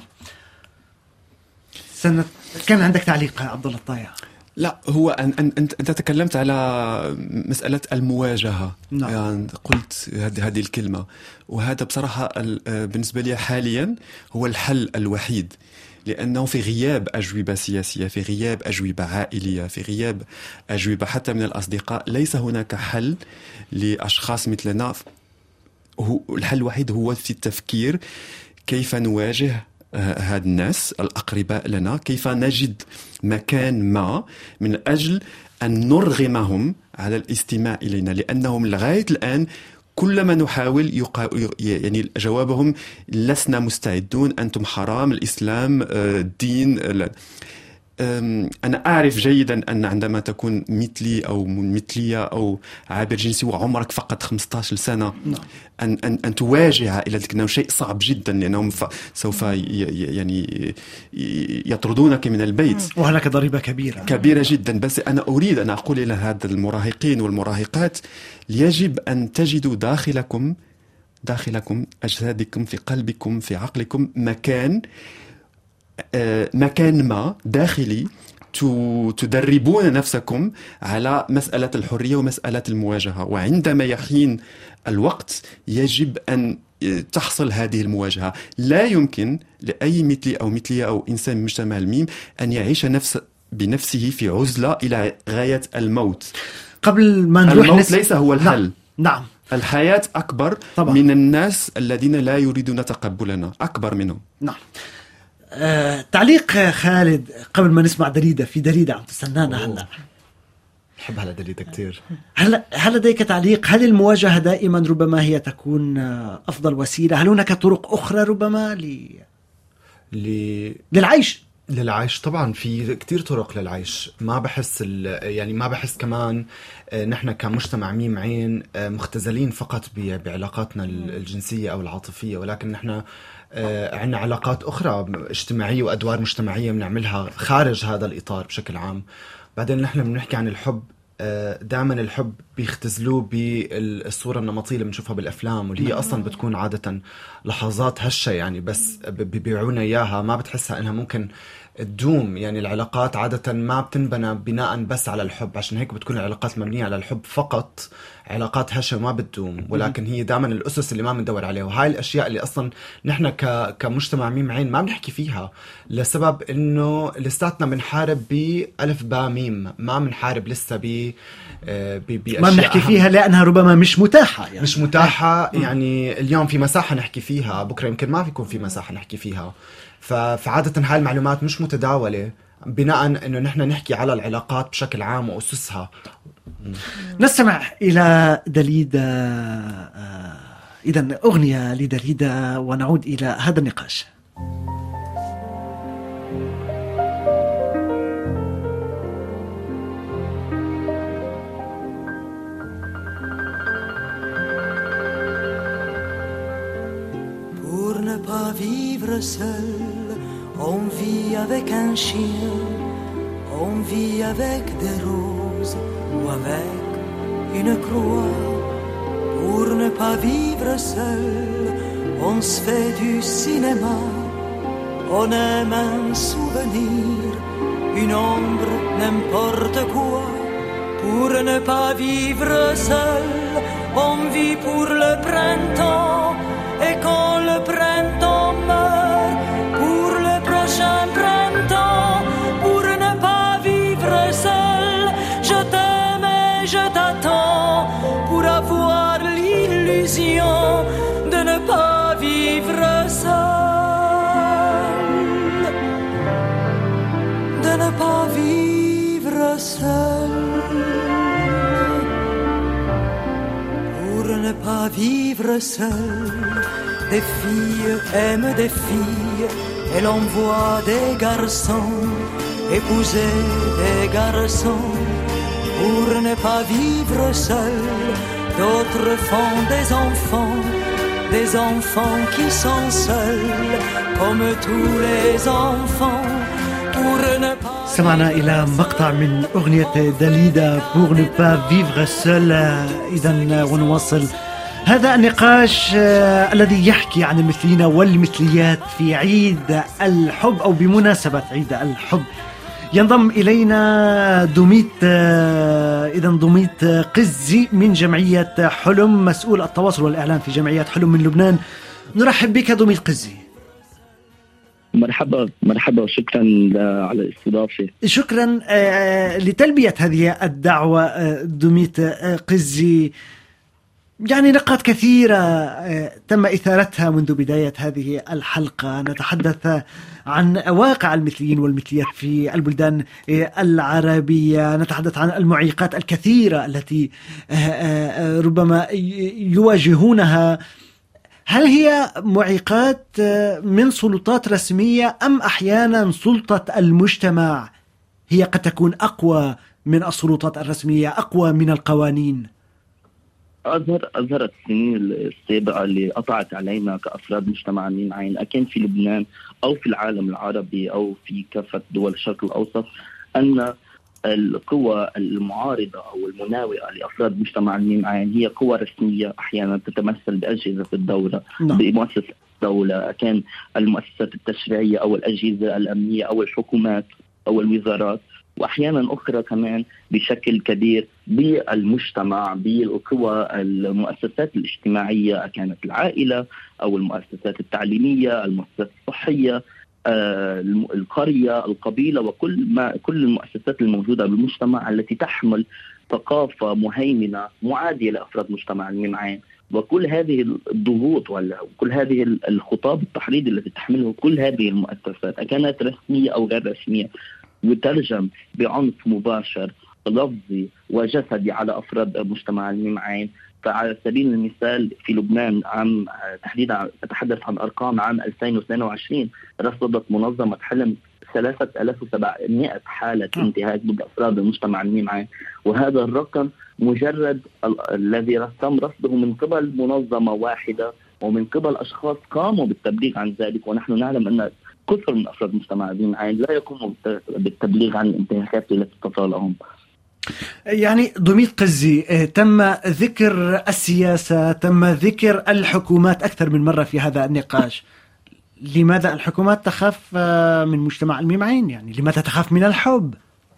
كان عندك تعليق عبد الله الطايع؟ لا، هو أنت تكلمت على مسألة المواجهة. يعني قلت هذه الكلمة، وهذا بصراحة بالنسبة لي حاليا هو الحل الوحيد، لأنه في غياب أجوبة سياسية، في غياب أجوبة عائلية، في غياب أجوبة حتى من الأصدقاء، ليس هناك حل لأشخاص مثلنا. الحل الوحيد هو في التفكير كيف نواجه هاد الناس الأقرباء لنا، كيف نجد مكان ما من أجل أن نرغمهم على الاستماع إلينا، لأنهم لغاية الآن كلما نحاول يعني جوابهم لسنا مستعدون، أنتم حرام، الإسلام، الدين. أنا أعرف جيدا أن عندما تكون مثلي أو مثلية أو عابر جنسي وعمرك فقط 15 سنة أن تواجه عائلتك أنه شيء صعب جدا، لأنهم سوف يعني يطردونك من البيت، وهناك ضريبة كبيرة جدا. بس أنا أريد أن أقول إلى هذا المراهقين والمراهقات، يجب أن تجدوا داخلكم أجسادكم، في قلبكم، في عقلكم مكان ما داخلي تدربون نفسكم على مسألة الحرية ومسألة المواجهة. وعندما يحين الوقت يجب أن تحصل هذه المواجهة. لا يمكن لأي مثلي أو مثلية أو إنسان من مجتمع الميم أن يعيش بنفسه في عزلة إلى غاية الموت. قبل ما نروح الموت ليس هو الحل. نعم. الحياة أكبر طبعا من الناس الذين لا يريدون تقبلنا، أكبر منهم. نعم. تعليق خالد قبل ما نسمع دريدة عم تستنانا هلا. بحب هلا دريدة كتير. هل لديك تعليق؟ هل المواجهة دائما ربما هي تكون أفضل وسيلة؟ هل هناك طرق أخرى ربما للعيش؟ طبعا في كتير طرق للعيش. ما بحس كمان نحن كمجتمع ميم عين مختزلين فقط بعلاقاتنا الجنسية أو العاطفية، ولكن نحن عندنا علاقات أخرى اجتماعية وأدوار مجتمعية بنعملها خارج هذا الإطار بشكل عام. بعدين نحن بنحكي عن الحب، دائما الحب بيختزلوه بالصورة النمطية اللي بنشوفها بالأفلام، واللي هي أصلا بتكون عادة لحظات هشة يعني، بس بيبيعونا إياها، ما بتحسها إنها ممكن تدوم. يعني العلاقات عادة ما بتنبنى بناء بس على الحب، عشان هيك بتكون العلاقات مبنية على الحب فقط، علاقات هشة ما بتدوم. ولكن هي دائما الأسس اللي ما بندور عليها، وهاي الأشياء اللي أصلا نحن كمجتمع ميم عين ما بنحكي فيها، لسبب إنه لساتنا بنحارب بألف با ميم، ما بنحارب لسه بأشياء ما بنحكي فيها لأنها ربما مش متاحة يعني. مش متاحة يعني. اليوم في مساحة نحكي فيها، بكرة يمكن ما يكون في مساحة نحكي فيها. فعادة هاي المعلومات مش متداولة بناء انه نحن نحكي على العلاقات بشكل عام واسسها. نستمع الى داليدا، اذا اغنية لداليدا، ونعود الى هذا النقاش. Pour ne pas vivre seul, on vit avec un chien, on vit avec des roses ou avec une croix. Pour ne pas vivre seul, on se fait du cinéma, on aime un souvenir, une ombre, n'importe quoi. Pour ne pas vivre seul, on vit pour le printemps, et quand le printemps meurt, pour le prochain printemps. Pour ne pas vivre seul, je t'aime et je t'attends, pour avoir l'illusion de ne pas vivre seul, de ne pas vivre seul. Pour ne pas vivre seul, des filles aiment des filles, et l'on voit des garçons épouser des garçons. Pour ne pas vivre seul, d'autres font des enfants qui sont seuls, comme tous les enfants. Pour ne pas سمعنا إلى مقطع من أغنية داليدا Pour ne pas vivre seul. إذن ونواصل هذا النقاش الذي يحكي عن المثليين والمثليات في عيد الحب أو بمناسبة عيد الحب. ينضم إلينا دوميت قزي من جمعية حلم، مسؤول التواصل والإعلام في جمعية حلم من لبنان. نرحب بك دوميت قزي. مرحبا وشكرا على الاستضافة. شكرا لتلبية هذه الدعوة دوميت قزي. يعني نقاط كثيرة تم إثارتها منذ بداية هذه الحلقة. نتحدث عن واقع المثليين والمثليات في البلدان العربية، نتحدث عن المعيقات الكثيرة التي ربما يواجهونها. هل هي معيقات من سلطات رسمية أم أحيانا سلطة المجتمع هي قد تكون أقوى من السلطات الرسمية، أقوى من القوانين؟ أظهرت السنين السابقة اللي قطعت علينا كأفراد مجتمع ميم عين، أكان في لبنان أو في العالم العربي أو في كافة دول الشرق الأوسط، أن القوى المعارضة أو المناوئة لأفراد مجتمع ميم عين هي قوى رسمية أحيانا تتمثل بأجهزة الدولة، بمؤسسة الدولة، كان المؤسسات التشريعية أو الأجهزة الأمنية أو الحكومات أو الوزارات، وأحيانا أخرى كمان بشكل كبير بالمجتمع بالقوى المؤسسات الاجتماعية، كانت العائلة أو المؤسسات التعليمية، المؤسسات الصحية، القرية، القبيلة، كل المؤسسات الموجودة بالمجتمع التي تحمل ثقافة مهيمنة معادية لأفراد مجتمع ميم عين. وكل هذه الضغوط وكل هذه الخطاب التحريضي التي تحمله كل هذه المؤسسات كانت رسمية أو غير رسمية، يترجم بعنف مباشر لفظي وجسدي على أفراد مجتمع ميم عين. فعلى سبيل المثال في لبنان تحديدا أتحدث عن أرقام عام 2022 رصدت منظمة حلم 3700 حالة انتهاك ضد أفراد المجتمع ميم عين، وهذا الرقم مجرد الذي تم رصده من قبل منظمة واحدة ومن قبل أشخاص قاموا بالتبليغ عن ذلك. ونحن نعلم أن كثر من أفراد مجتمع ميم عين لا يقوموا بالتبليغ عن الانتهاكات التي تطال لهم. يعني ضميت قزي، تم ذكر السياسة، تم ذكر الحكومات أكثر من مرة في هذا النقاش. لماذا الحكومات تخاف من مجتمع الميم عين؟ يعني لماذا تخاف من الحب؟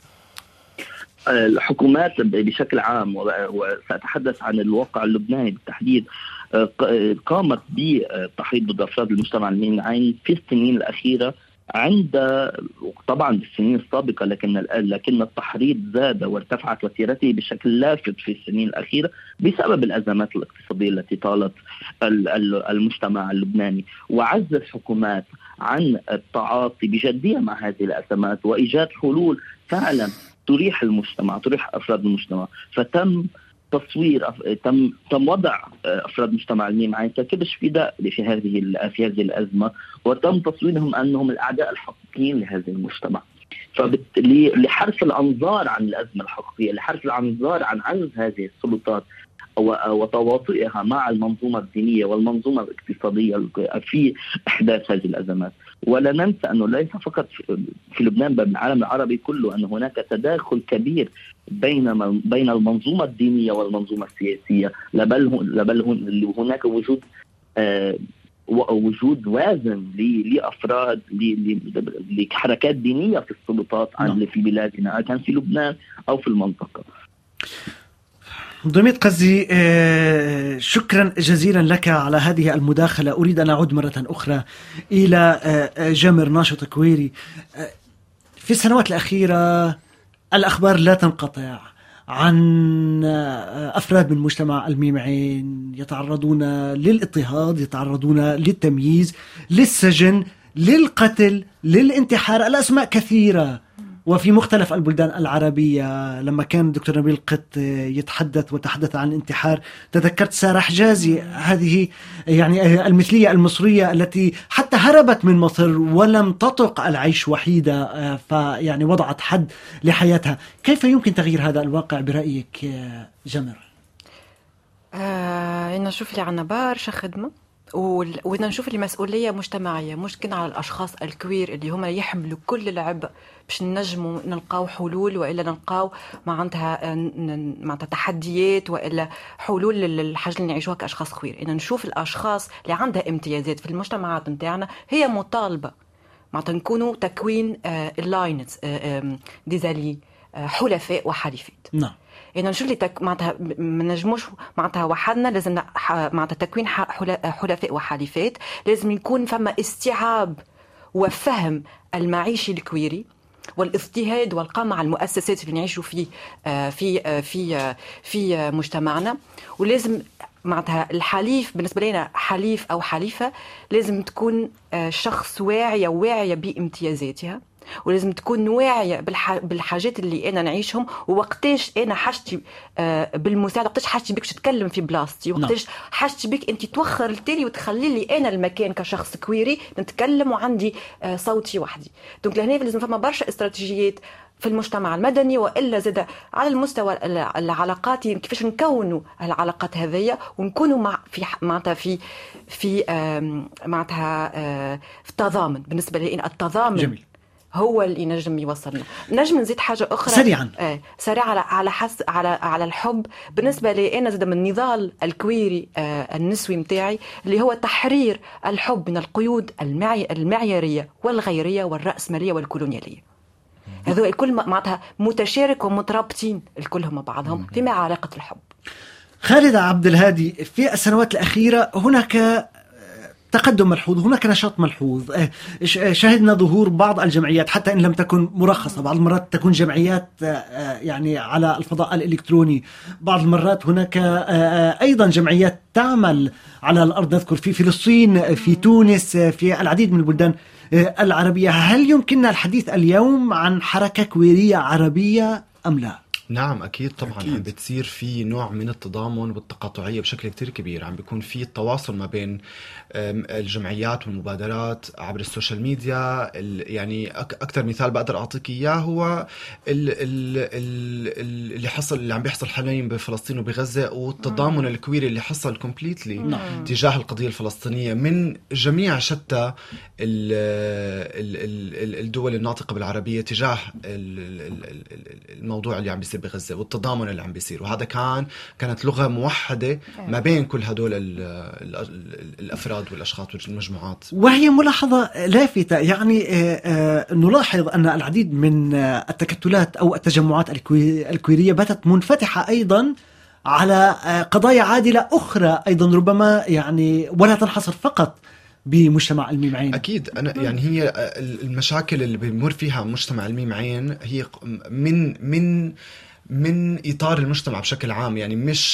الحكومات بشكل عام، وسأتحدث عن الواقع اللبناني بالتحديد، قامت بتحريض ضد أفراد المجتمع الميم عين في السنين الأخيرة، عند طبعا بالسنين السابقة، لكن التحريض زاد وارتفعت وتيرته بشكل لافت في السنين الأخيرة بسبب الأزمات الاقتصادية التي طالت المجتمع اللبناني. وعز الحكومات عن التعاطي بجدية مع هذه الأزمات وإيجاد حلول فعلا تريح المجتمع، تريح أفراد المجتمع. فتم تصوير تم وضع أفراد مجتمع الميم عين ككبش فداء في هذه الأزمة، وتم تصويرهم أنهم الأعداء الحقيقيين لهذا المجتمع. لحرف الأنظار عن الأزمة الحقيقية، لحرف الأنظار عن عجز هذه السلطات وتواطئها مع المنظومة الدينية والمنظومة الاقتصادية في إحداث هذه الأزمات. ولا ننسى أنه ليس فقط في لبنان بل العالم العربي كله أن هناك تداخل كبير بين المنظومة الدينية والمنظومة السياسية، بل هناك وجود وازن لأفراد لحركات دينية في السلطات في بلادنا، كان في لبنان أو في المنطقة. ضميت قزي، شكرا جزيلا لك على هذه المداخلة. أريد أن أعود مرة أخرى إلى جمر ناشط كويري. في السنوات الأخيرة الأخبار لا تنقطع عن أفراد من مجتمع الميم عين يتعرضون للاضطهاد، يتعرضون للتمييز، للسجن، للقتل، للانتحار. الأسماء كثيرة وفي مختلف البلدان العربية. لما كان الدكتور نبيل القط يتحدث وتحدث عن الانتحار تذكرت سارة حجازي، هذه يعني المثلية المصرية التي حتى هربت من مصر ولم تطق العيش وحيدة، فيعني وضعت حد لحياتها. كيف يمكن تغيير هذا الواقع برأيك جمر؟ أنا نشوف اللي عنا برشا خدمة، وإذا نشوف اللي مسؤولية مجتمعية مش كنا على الأشخاص الكوير اللي هم يحملوا كل العبء باش نجموا نلقاو حلول، وإلا نلقاو معناتها تحديات وإلا حلول للحاجة اللي نعيشوها كأشخاص كوير. إذا نشوف الأشخاص اللي عندها امتيازات في المجتمعات متاعنا هي مطالبة معناتها نكونوا تكوين اللاينز ديزالي حلفاء وحليفات. نعم. إذا نشوف لي معناتها ما نجموش معناتها وحدنا، لازم معناتها تكوين حلفاء وحليفات. لازم يكون فما استيعاب وفهم المعيشي الكويري والاضطهاد والقمع المؤسسات اللي نعيشوا فيه في مجتمعنا. ولازم معناتها الحليف بالنسبة لنا حليف أو حليفة لازم تكون شخص واعية بامتيازاتها، ولازم تكون واعية بالحاجات اللي أنا نعيشهم، ووقتاش أنا حاجتي بالمساعدة، وقتاش حاجتي بك تتكلم في بلاستي، وقتاش حاجتي بك أنت توخر التالي وتخلي لي أنا المكان كشخص كويري نتكلم وعندي صوتي وحدي. دونك لهنا لازم فما برشا استراتيجيات في المجتمع المدني، وإلا زاد على المستوى العلاقات كيفاش نكونوا العلاقات هذية ونكونوا في التضامن. بالنسبة لي التضامن جميل. هو اللي نجم يوصلنا. نجم نزيد حاجة أخرى سريعا على الحب. بالنسبة لي أنا زاد من النضال الكويري النسوي متاعي اللي هو تحرير الحب من القيود المعيارية والغيرية والرأسمالية والكولونيالية. هذول الكل معناتها متشارك ومترابطين الكلهم مع بعضهم فيما علاقة الحب. خالدة عبد الهادي، في السنوات الأخيرة هناك تقدم ملحوظ، هناك نشاط ملحوظ. شاهدنا ظهور بعض الجمعيات حتى إن لم تكن مرخصة، بعض المرات تكون جمعيات يعني على الفضاء الإلكتروني، بعض المرات هناك أيضا جمعيات تعمل على الأرض. نذكر في فلسطين، في تونس، في العديد من البلدان العربية. هل يمكننا الحديث اليوم عن حركة كويرية عربية أم لا؟ نعم أكيد طبعا. عم بتصير في نوع من التضامن والتقاطعية بشكل كتير كبير. عم بيكون في التواصل ما بين الجمعيات والمبادرات عبر السوشيال ميديا. يعني أكثر مثال بقدر أعطيك إياه هو اللي عم بيحصل حاليا بفلسطين وبغزة، والتضامن الكويري اللي حصل كومبليتلي تجاه القضية الفلسطينية من جميع شتى الدول الناطقة بالعربية تجاه الموضوع اللي عم بيصير بغزة والتضامن اللي عم بيصير، وهذا كانت لغة موحدة ما بين كل هدول الأفراد والأشخاص والمجموعات. وهي ملاحظة لافتة، يعني نلاحظ أن العديد من التكتلات أو التجمعات الكويرية باتت منفتحة أيضا على قضايا عادلة أخرى أيضا، ربما يعني ولا تنحصر فقط بمجتمع الميم عين. أكيد أنا يعني هي المشاكل اللي بيمر فيها مجتمع الميم عين هي من إطار المجتمع بشكل عام، يعني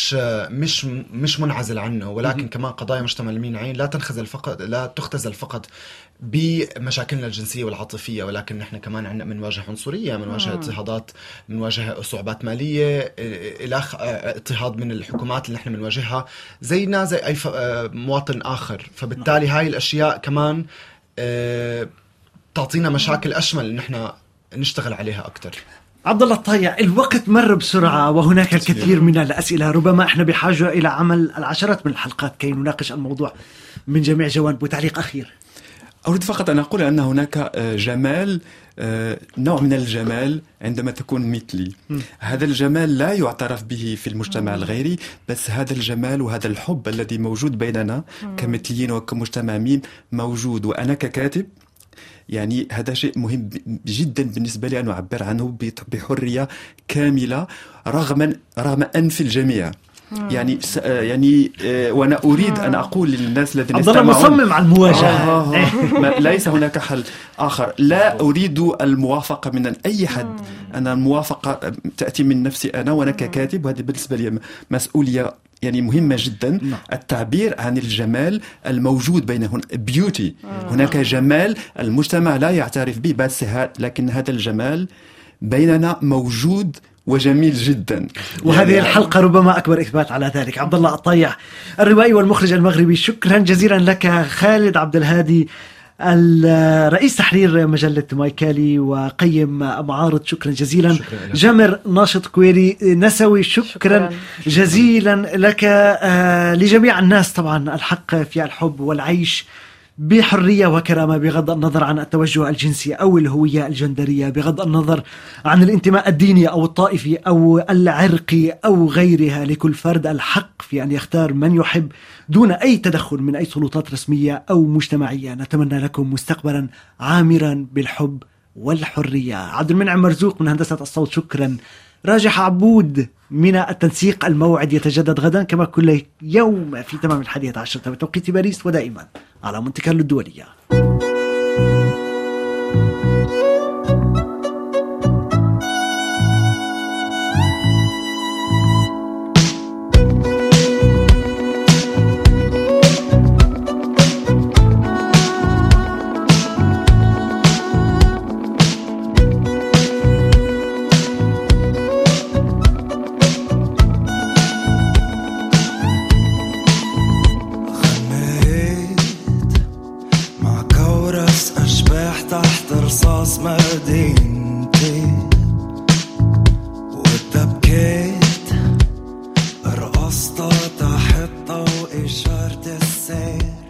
مش منعزل عنه، ولكن كمان قضايا مجتمع الميم عين لا تختزل فقط بمشاكلنا الجنسية والعاطفية، ولكن نحن كمان عندنا منواجه عنصرية، منواجه اضطهادات، منواجه صعوبات مالية، اضطهاد من الحكومات اللي نحن منواجهها زينا زي أي مواطن آخر. فبالتالي هاي الأشياء كمان تعطينا مشاكل أشمل إن نحن نشتغل عليها أكتر. عبد الله الطايع، الوقت مر بسرعة وهناك الكثير من الأسئلة، ربما احنا بحاجة إلى عمل العشرات من الحلقات كي نناقش الموضوع من جميع جوانبه. تعليق أخير. أريد فقط أن أقول أن هناك جمال، نوع من الجمال عندما تكون مثلي. هذا الجمال لا يعترف به في المجتمع الغيري، بس هذا الجمال وهذا الحب الذي موجود بيننا كمثليين وكمجتمع ميم موجود. وأنا ككاتب يعني هذا شيء مهم جدا بالنسبة لي أن أعبر عنه بحرية كاملة رغم أنف الجميع. يعني وانا اريد ان اقول للناس الذين يستمعون مصمم على المواجهه ليس هناك حل اخر. لا اريد الموافقه من اي حد، انا الموافقه تاتي من نفسي انا، وانا ككاتب وهذه بالنسبه لي مسؤوليه يعني مهمة جدا. التعبير عن الجمال الموجود بينهم، بيوتي. هناك جمال المجتمع لا يعترف به، بس لكن هذا الجمال بيننا موجود وجميل جدا. وهذه يعني الحلقة ربما أكبر إثبات على ذلك. عبد الله الطايع الروائي والمخرج المغربي، شكرا جزيلا لك. خالد عبد الهادي الرئيس تحرير مجلة مايكالي وقيم معارض، شكرا جزيلا. شكرا جمر ناشط كويري نسوي، شكرا جزيلا لك. لجميع الناس طبعا الحق في الحب والعيش بحرية وكرامة بغض النظر عن التوجه الجنسي أو الهوية الجندرية، بغض النظر عن الانتماء الديني أو الطائفي أو العرقي أو غيرها. لكل فرد الحق في أن يختار من يحب دون أي تدخل من أي سلطات رسمية أو مجتمعية. نتمنى لكم مستقبلا عامرا بالحب والحرية. عبد المنعم مرزوق من هندسة الصوت، شكرا. راجح عبود من التنسيق. الموعد يتجدد غدا كما كل يوم في تمام 11 بتوقيت باريس، ودائما على مونتي كارلو الدولية. تحت رصاص مدينتي وتبكيت، رقصت تحت ضوء إشارة السير.